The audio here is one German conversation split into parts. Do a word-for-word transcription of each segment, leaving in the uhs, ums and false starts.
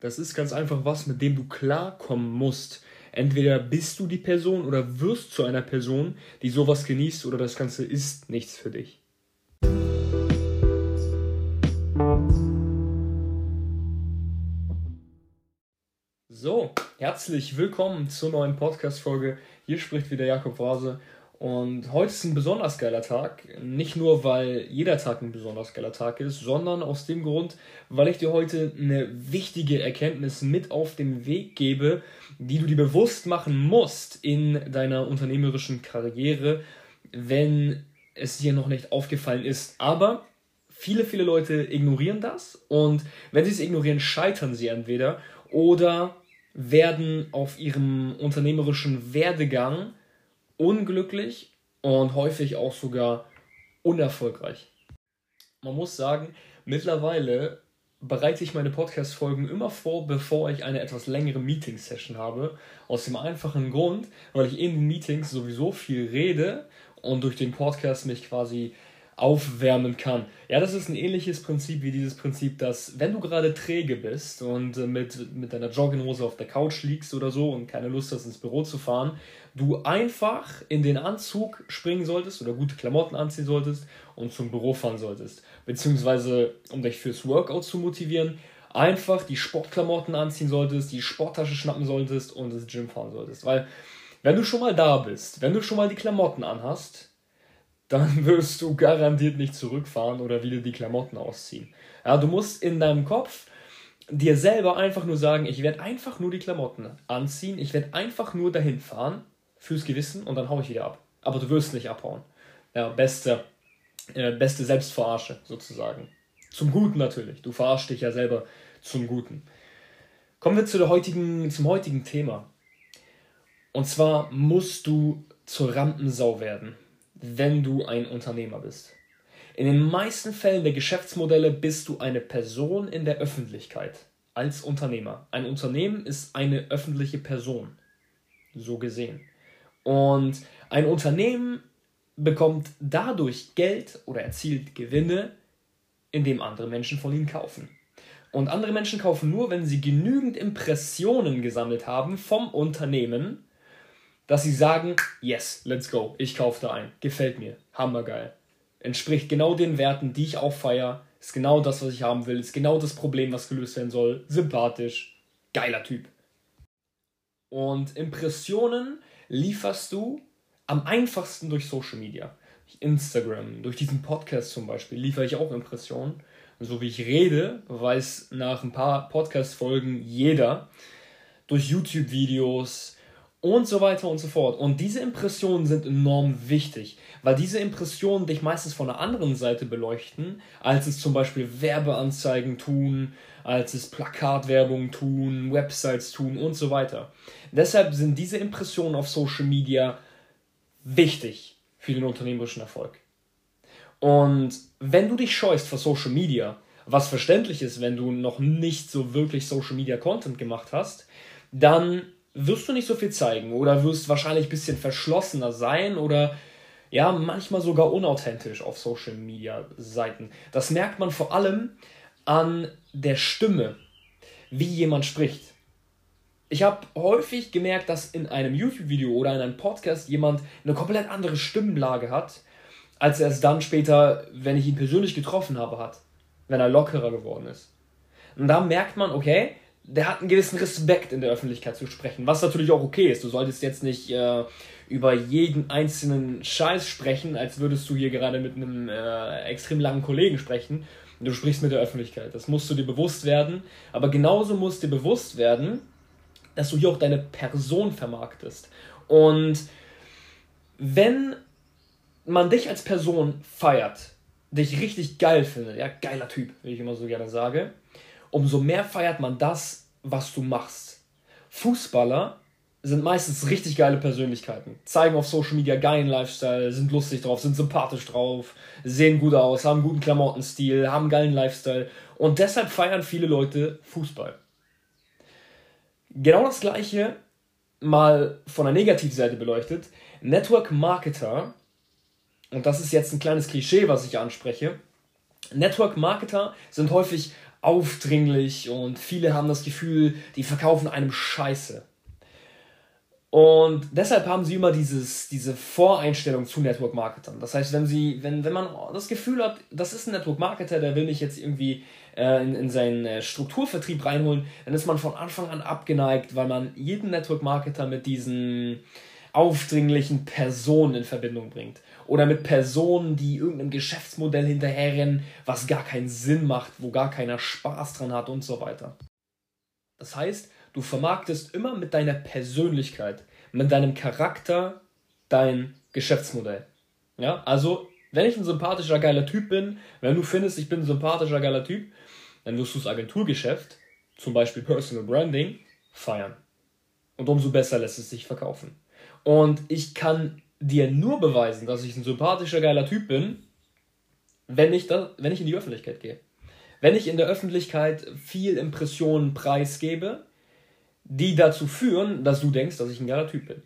Das ist ganz einfach was, mit dem du klarkommen musst. Entweder bist du die Person oder wirst zu einer Person, die sowas genießt, oder das Ganze ist nichts für dich. So, herzlich willkommen zur neuen Podcast-Folge. Hier spricht wieder Jakob Vase. Und heute ist ein besonders geiler Tag. Nicht nur, weil jeder Tag ein besonders geiler Tag ist, sondern aus dem Grund, weil ich dir heute eine wichtige Erkenntnis mit auf den Weg gebe, die du dir bewusst machen musst in deiner unternehmerischen Karriere, wenn es dir noch nicht aufgefallen ist. Aber viele, viele Leute ignorieren das, und wenn sie es ignorieren, scheitern sie entweder oder werden auf ihrem unternehmerischen Werdegang unglücklich und häufig auch sogar unerfolgreich. Man muss sagen, mittlerweile bereite ich meine Podcast-Folgen immer vor, bevor ich eine etwas längere Meeting-Session habe. Aus dem einfachen Grund, weil ich in den Meetings sowieso viel rede und durch den Podcast mich quasi aufwärmen kann. Ja, das ist ein ähnliches Prinzip wie dieses Prinzip, dass wenn du gerade träge bist und mit, mit deiner Jogginghose auf der Couch liegst oder so und keine Lust hast, ins Büro zu fahren, du einfach in den Anzug springen solltest oder gute Klamotten anziehen solltest und zum Büro fahren solltest. Beziehungsweise, um dich fürs Workout zu motivieren, einfach die Sportklamotten anziehen solltest, die Sporttasche schnappen solltest und ins Gym fahren solltest. Weil, wenn du schon mal da bist, wenn du schon mal die Klamotten anhast, dann wirst du garantiert nicht zurückfahren oder wieder die Klamotten ausziehen. Ja, du musst in deinem Kopf dir selber einfach nur sagen, ich werde einfach nur die Klamotten anziehen, ich werde einfach nur dahin fahren, fürs Gewissen, und dann haue ich wieder ab. Aber du wirst nicht abhauen. Ja, beste, äh, beste Selbstverarsche sozusagen. Zum Guten natürlich. Du verarschst dich ja selber zum Guten. Kommen wir zu der heutigen, zum heutigen Thema. Und zwar musst du zur Rampensau werden, wenn du ein Unternehmer bist. In den meisten Fällen der Geschäftsmodelle bist du eine Person in der Öffentlichkeit als Unternehmer. Ein Unternehmen ist eine öffentliche Person, so gesehen. Und ein Unternehmen bekommt dadurch Geld oder erzielt Gewinne, indem andere Menschen von ihnen kaufen. Und andere Menschen kaufen nur, wenn sie genügend Impressionen gesammelt haben vom Unternehmen, dass sie sagen, yes, let's go, ich kaufe da ein, gefällt mir, hammergeil. Entspricht genau den Werten, die ich auch feiere, ist genau das, was ich haben will, ist genau das Problem, was gelöst werden soll, sympathisch, geiler Typ. Und Impressionen lieferst du am einfachsten durch Social Media. Durch Instagram, durch diesen Podcast zum Beispiel liefere ich auch Impressionen. So wie ich rede, weiß nach ein paar Podcast-Folgen jeder. Durch YouTube-Videos und so weiter und so fort. Und diese Impressionen sind enorm wichtig, weil diese Impressionen dich meistens von einer anderen Seite beleuchten, als es zum Beispiel Werbeanzeigen tun, als es Plakatwerbung tun, Websites tun und so weiter. Deshalb sind diese Impressionen auf Social Media wichtig für den unternehmerischen Erfolg. Und wenn du dich scheust vor Social Media, was verständlich ist, wenn du noch nicht so wirklich Social Media Content gemacht hast, dann wirst du nicht so viel zeigen oder wirst wahrscheinlich ein bisschen verschlossener sein oder ja, manchmal sogar unauthentisch auf Social Media Seiten. Das merkt man vor allem an der Stimme, wie jemand spricht. Ich habe häufig gemerkt, dass in einem YouTube-Video oder in einem Podcast jemand eine komplett andere Stimmlage hat, als er es dann später, wenn ich ihn persönlich getroffen habe, hat, wenn er lockerer geworden ist. Und da merkt man, okay, der hat einen gewissen Respekt in der Öffentlichkeit zu sprechen, was natürlich auch okay ist. Du solltest jetzt nicht äh, über jeden einzelnen Scheiß sprechen, als würdest du hier gerade mit einem äh, extrem langen Kollegen sprechen. Du sprichst mit der Öffentlichkeit. Das musst du dir bewusst werden. Aber genauso musst dir bewusst werden, dass du hier auch deine Person vermarktest. Und wenn man dich als Person feiert, dich richtig geil findet, ja, geiler Typ, wie ich immer so gerne sage, umso mehr feiert man das, was du machst. Fußballer sind meistens richtig geile Persönlichkeiten, zeigen auf Social Media geilen Lifestyle, sind lustig drauf, sind sympathisch drauf, sehen gut aus, haben guten Klamottenstil, haben geilen Lifestyle und deshalb feiern viele Leute Fußball. Genau das Gleiche mal von der Negativseite beleuchtet. Network Marketer, und das ist jetzt ein kleines Klischee, was ich anspreche, Network Marketer sind häufig aufdringlich und viele haben das Gefühl, die verkaufen einem Scheiße. Und deshalb haben sie immer dieses, diese Voreinstellung zu Network-Marketern. Das heißt, wenn sie, wenn, wenn man das Gefühl hat, das ist ein Network-Marketer, der will mich jetzt irgendwie äh, in, in seinen äh, Strukturvertrieb reinholen, dann ist man von Anfang an abgeneigt, weil man jeden Network-Marketer mit diesen aufdringlichen Personen in Verbindung bringt. Oder mit Personen, die irgendeinem Geschäftsmodell hinterherrennen, was gar keinen Sinn macht, wo gar keiner Spaß dran hat und so weiter. Das heißt, du vermarktest immer mit deiner Persönlichkeit, mit deinem Charakter, dein Geschäftsmodell. Ja, also, wenn ich ein sympathischer, geiler Typ bin, wenn du findest, ich bin ein sympathischer, geiler Typ, dann wirst du das Agenturgeschäft, zum Beispiel Personal Branding, feiern. Und umso besser lässt es sich verkaufen. Und ich kann dir nur beweisen, dass ich ein sympathischer, geiler Typ bin, wenn ich, da, wenn ich in die Öffentlichkeit gehe. Wenn ich in der Öffentlichkeit viel Impressionen preisgebe, die dazu führen, dass du denkst, dass ich ein geiler Typ bin.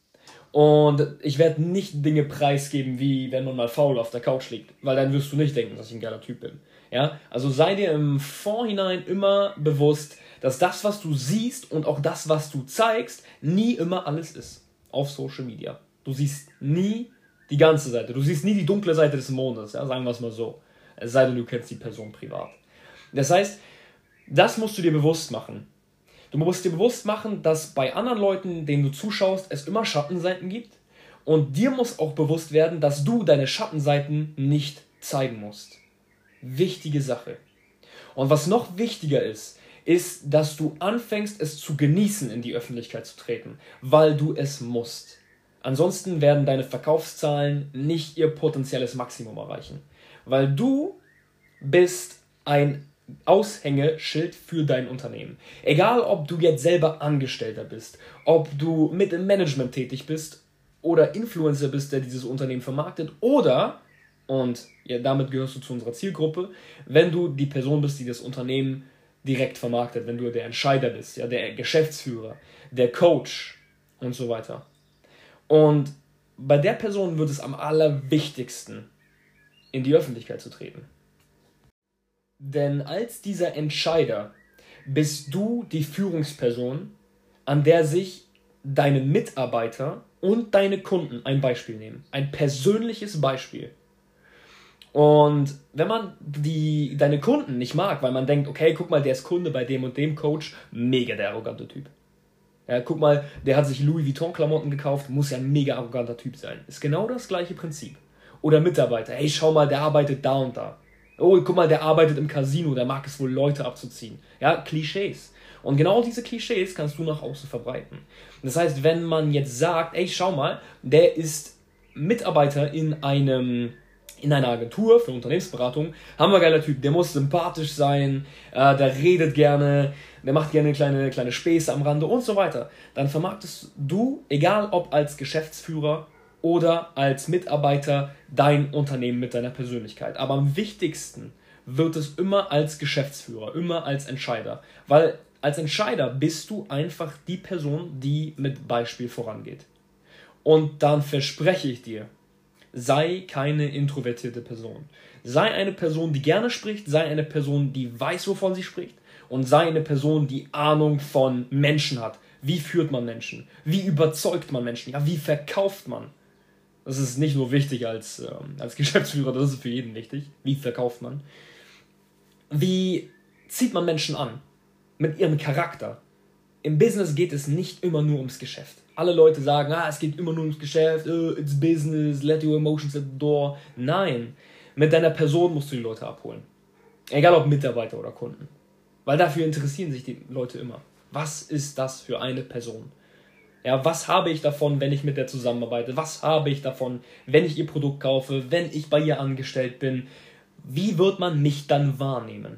Und ich werde nicht Dinge preisgeben, wie wenn man mal faul auf der Couch liegt, weil dann wirst du nicht denken, dass ich ein geiler Typ bin. Ja? Also sei dir im Vorhinein immer bewusst, dass das, was du siehst und auch das, was du zeigst, nie immer alles ist auf Social Media. Du siehst nie die ganze Seite, du siehst nie die dunkle Seite des Mondes, ja? Sagen wir es mal so. Es sei denn, du kennst die Person privat. Das heißt, das musst du dir bewusst machen. Du musst dir bewusst machen, dass bei anderen Leuten, denen du zuschaust, es immer Schattenseiten gibt. Und dir muss auch bewusst werden, dass du deine Schattenseiten nicht zeigen musst. Wichtige Sache. Und was noch wichtiger ist, ist, dass du anfängst, es zu genießen, in die Öffentlichkeit zu treten, weil du es musst. Ansonsten werden deine Verkaufszahlen nicht ihr potenzielles Maximum erreichen. Weil du bist ein Aushängeschild für dein Unternehmen. Egal, ob du jetzt selber Angestellter bist, ob du mit im Management tätig bist oder Influencer bist, der dieses Unternehmen vermarktet, oder, und ja, damit gehörst du zu unserer Zielgruppe, wenn du die Person bist, die das Unternehmen direkt vermarktet, wenn du der Entscheider bist, ja, der Geschäftsführer, der Coach und so weiter. Und bei der Person wird es am allerwichtigsten, in die Öffentlichkeit zu treten. Denn als dieser Entscheider bist du die Führungsperson, an der sich deine Mitarbeiter und deine Kunden ein Beispiel nehmen. Ein persönliches Beispiel. Und wenn man die, deine Kunden nicht mag, weil man denkt, okay, guck mal, der ist Kunde bei dem und dem Coach, mega der arrogante Typ. Ja, guck mal, der hat sich Louis Vuitton Klamotten gekauft, muss ja ein mega arroganter Typ sein. Ist genau das gleiche Prinzip. Oder Mitarbeiter, hey, schau mal, der arbeitet da und da. Oh, guck mal, der arbeitet im Casino, der mag es wohl, Leute abzuziehen. Ja, Klischees. Und genau diese Klischees kannst du nach außen verbreiten. Das heißt, wenn man jetzt sagt, ey, schau mal, der ist Mitarbeiter in einem in einer Agentur für Unternehmensberatung, hammergeiler Typ, der muss sympathisch sein, äh, der redet gerne, der macht gerne kleine, kleine Späße am Rande und so weiter. Dann vermarktest du, egal ob als Geschäftsführer oder als Mitarbeiter, dein Unternehmen mit deiner Persönlichkeit. Aber am wichtigsten wird es immer als Geschäftsführer, immer als Entscheider. Weil als Entscheider bist du einfach die Person, die mit Beispiel vorangeht. Und dann verspreche ich dir, sei keine introvertierte Person. Sei eine Person, die gerne spricht, sei eine Person, die weiß, wovon sie spricht, und sei eine Person, die Ahnung von Menschen hat. Wie führt man Menschen? Wie überzeugt man Menschen? Ja, wie verkauft man? Das ist nicht nur wichtig als, ähm, als Geschäftsführer, das ist für jeden wichtig. Wie verkauft man? Wie zieht man Menschen an? Mit ihrem Charakter. Im Business geht es nicht immer nur ums Geschäft. Alle Leute sagen, ah, es geht immer nur ums Geschäft, uh, it's business, let your emotions at the door. Nein, mit deiner Person musst du die Leute abholen. Egal ob Mitarbeiter oder Kunden. Weil dafür interessieren sich die Leute immer. Was ist das für eine Person? Ja, was habe ich davon, wenn ich mit der zusammenarbeite? Was habe ich davon, wenn ich ihr Produkt kaufe, wenn ich bei ihr angestellt bin? Wie wird man mich dann wahrnehmen?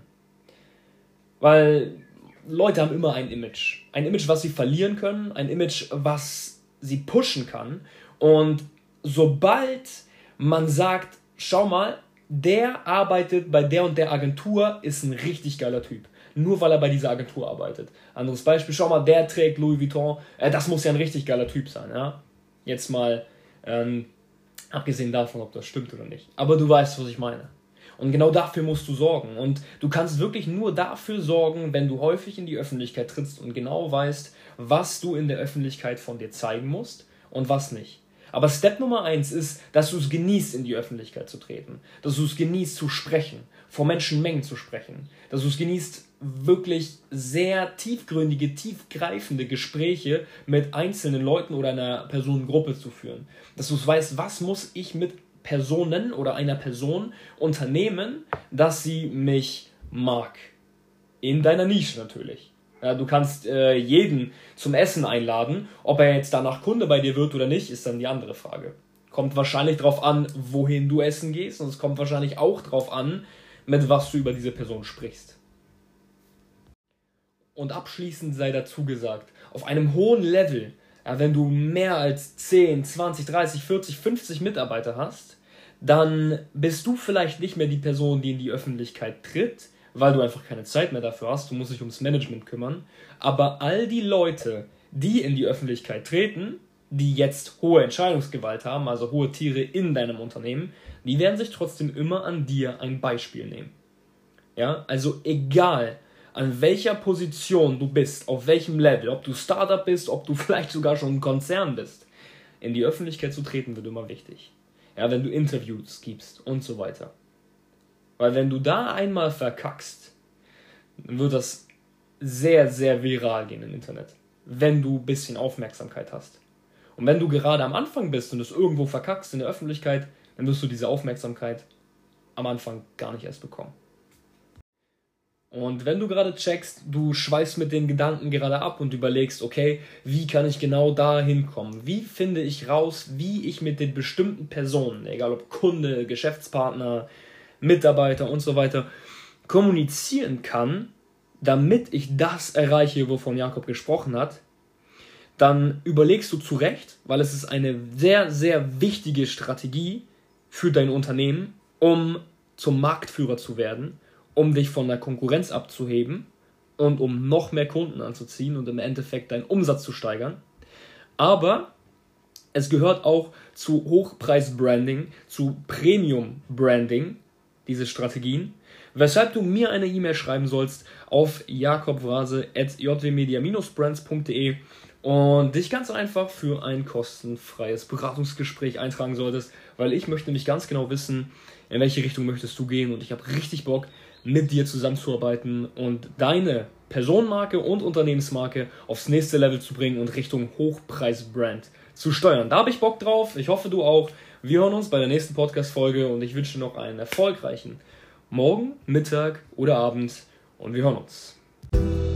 Weil Leute haben immer ein Image. Ein Image, was sie verlieren können, ein Image, was sie pushen kann. Und sobald man sagt, schau mal, der arbeitet bei der und der Agentur, ist ein richtig geiler Typ. Nur weil er bei dieser Agentur arbeitet. Anderes Beispiel, schau mal, der trägt Louis Vuitton, äh, das muss ja ein richtig geiler Typ sein. Ja? Jetzt mal, ähm, abgesehen davon, ob das stimmt oder nicht. Aber du weißt, was ich meine. Und genau dafür musst du sorgen. Und du kannst wirklich nur dafür sorgen, wenn du häufig in die Öffentlichkeit trittst und genau weißt, was du in der Öffentlichkeit von dir zeigen musst und was nicht. Aber Step Nummer eins ist, dass du es genießt, in die Öffentlichkeit zu treten. Dass du es genießt, zu sprechen, vor Menschenmengen zu sprechen. Dass du es genießt, wirklich sehr tiefgründige, tiefgreifende Gespräche mit einzelnen Leuten oder einer Personengruppe zu führen. Dass du es weißt, was muss ich mit Personen oder einer Person unternehmen, dass sie mich mag. In deiner Nische natürlich. Ja, du kannst äh, jeden zum Essen einladen. Ob er jetzt danach Kunde bei dir wird oder nicht, ist dann die andere Frage. Kommt wahrscheinlich darauf an, wohin du essen gehst. Und es kommt wahrscheinlich auch darauf an, mit was du über diese Person sprichst. Und abschließend sei dazu gesagt, auf einem hohen Level, ja, wenn du mehr als zehn, zwanzig, dreißig, vierzig, fünfzig Mitarbeiter hast, dann bist du vielleicht nicht mehr die Person, die in die Öffentlichkeit tritt, weil du einfach keine Zeit mehr dafür hast, du musst dich ums Management kümmern. Aber all die Leute, die in die Öffentlichkeit treten, die jetzt hohe Entscheidungsgewalt haben, also hohe Tiere in deinem Unternehmen, die werden sich trotzdem immer an dir ein Beispiel nehmen. Ja, also egal, an welcher Position du bist, auf welchem Level, ob du Startup bist, ob du vielleicht sogar schon ein Konzern bist, in die Öffentlichkeit zu treten wird immer wichtig. Ja, wenn du Interviews gibst und so weiter. Weil wenn du da einmal verkackst, dann wird das sehr, sehr viral gehen im Internet. Wenn du ein bisschen Aufmerksamkeit hast. Und wenn du gerade am Anfang bist und es irgendwo verkackst in der Öffentlichkeit, dann wirst du diese Aufmerksamkeit am Anfang gar nicht erst bekommen. Und wenn du gerade checkst, du schweifst mit den Gedanken gerade ab und überlegst, okay, wie kann ich genau da hinkommen? Wie finde ich raus, wie ich mit den bestimmten Personen, egal ob Kunde, Geschäftspartner, Mitarbeiter und so weiter, kommunizieren kann, damit ich das erreiche, wovon Jakob gesprochen hat, dann überlegst du zu Recht, weil es ist eine sehr, sehr wichtige Strategie für dein Unternehmen, um zum Marktführer zu werden, um dich von der Konkurrenz abzuheben und um noch mehr Kunden anzuziehen und im Endeffekt deinen Umsatz zu steigern. Aber es gehört auch zu Hochpreis-Branding, zu Premium-Branding, diese Strategien, weshalb du mir eine E-Mail schreiben sollst auf jakobvrase at j w media dash brands punkt de und dich ganz einfach für ein kostenfreies Beratungsgespräch eintragen solltest, weil ich möchte nämlich ganz genau wissen, in welche Richtung möchtest du gehen und ich habe richtig Bock, mit dir zusammenzuarbeiten und deine Personenmarke und Unternehmensmarke aufs nächste Level zu bringen und Richtung Hochpreis-Brand zu steuern. Da habe ich Bock drauf, ich hoffe du auch. Wir hören uns bei der nächsten Podcast-Folge und ich wünsche dir noch einen erfolgreichen Morgen, Mittag oder Abend und wir hören uns.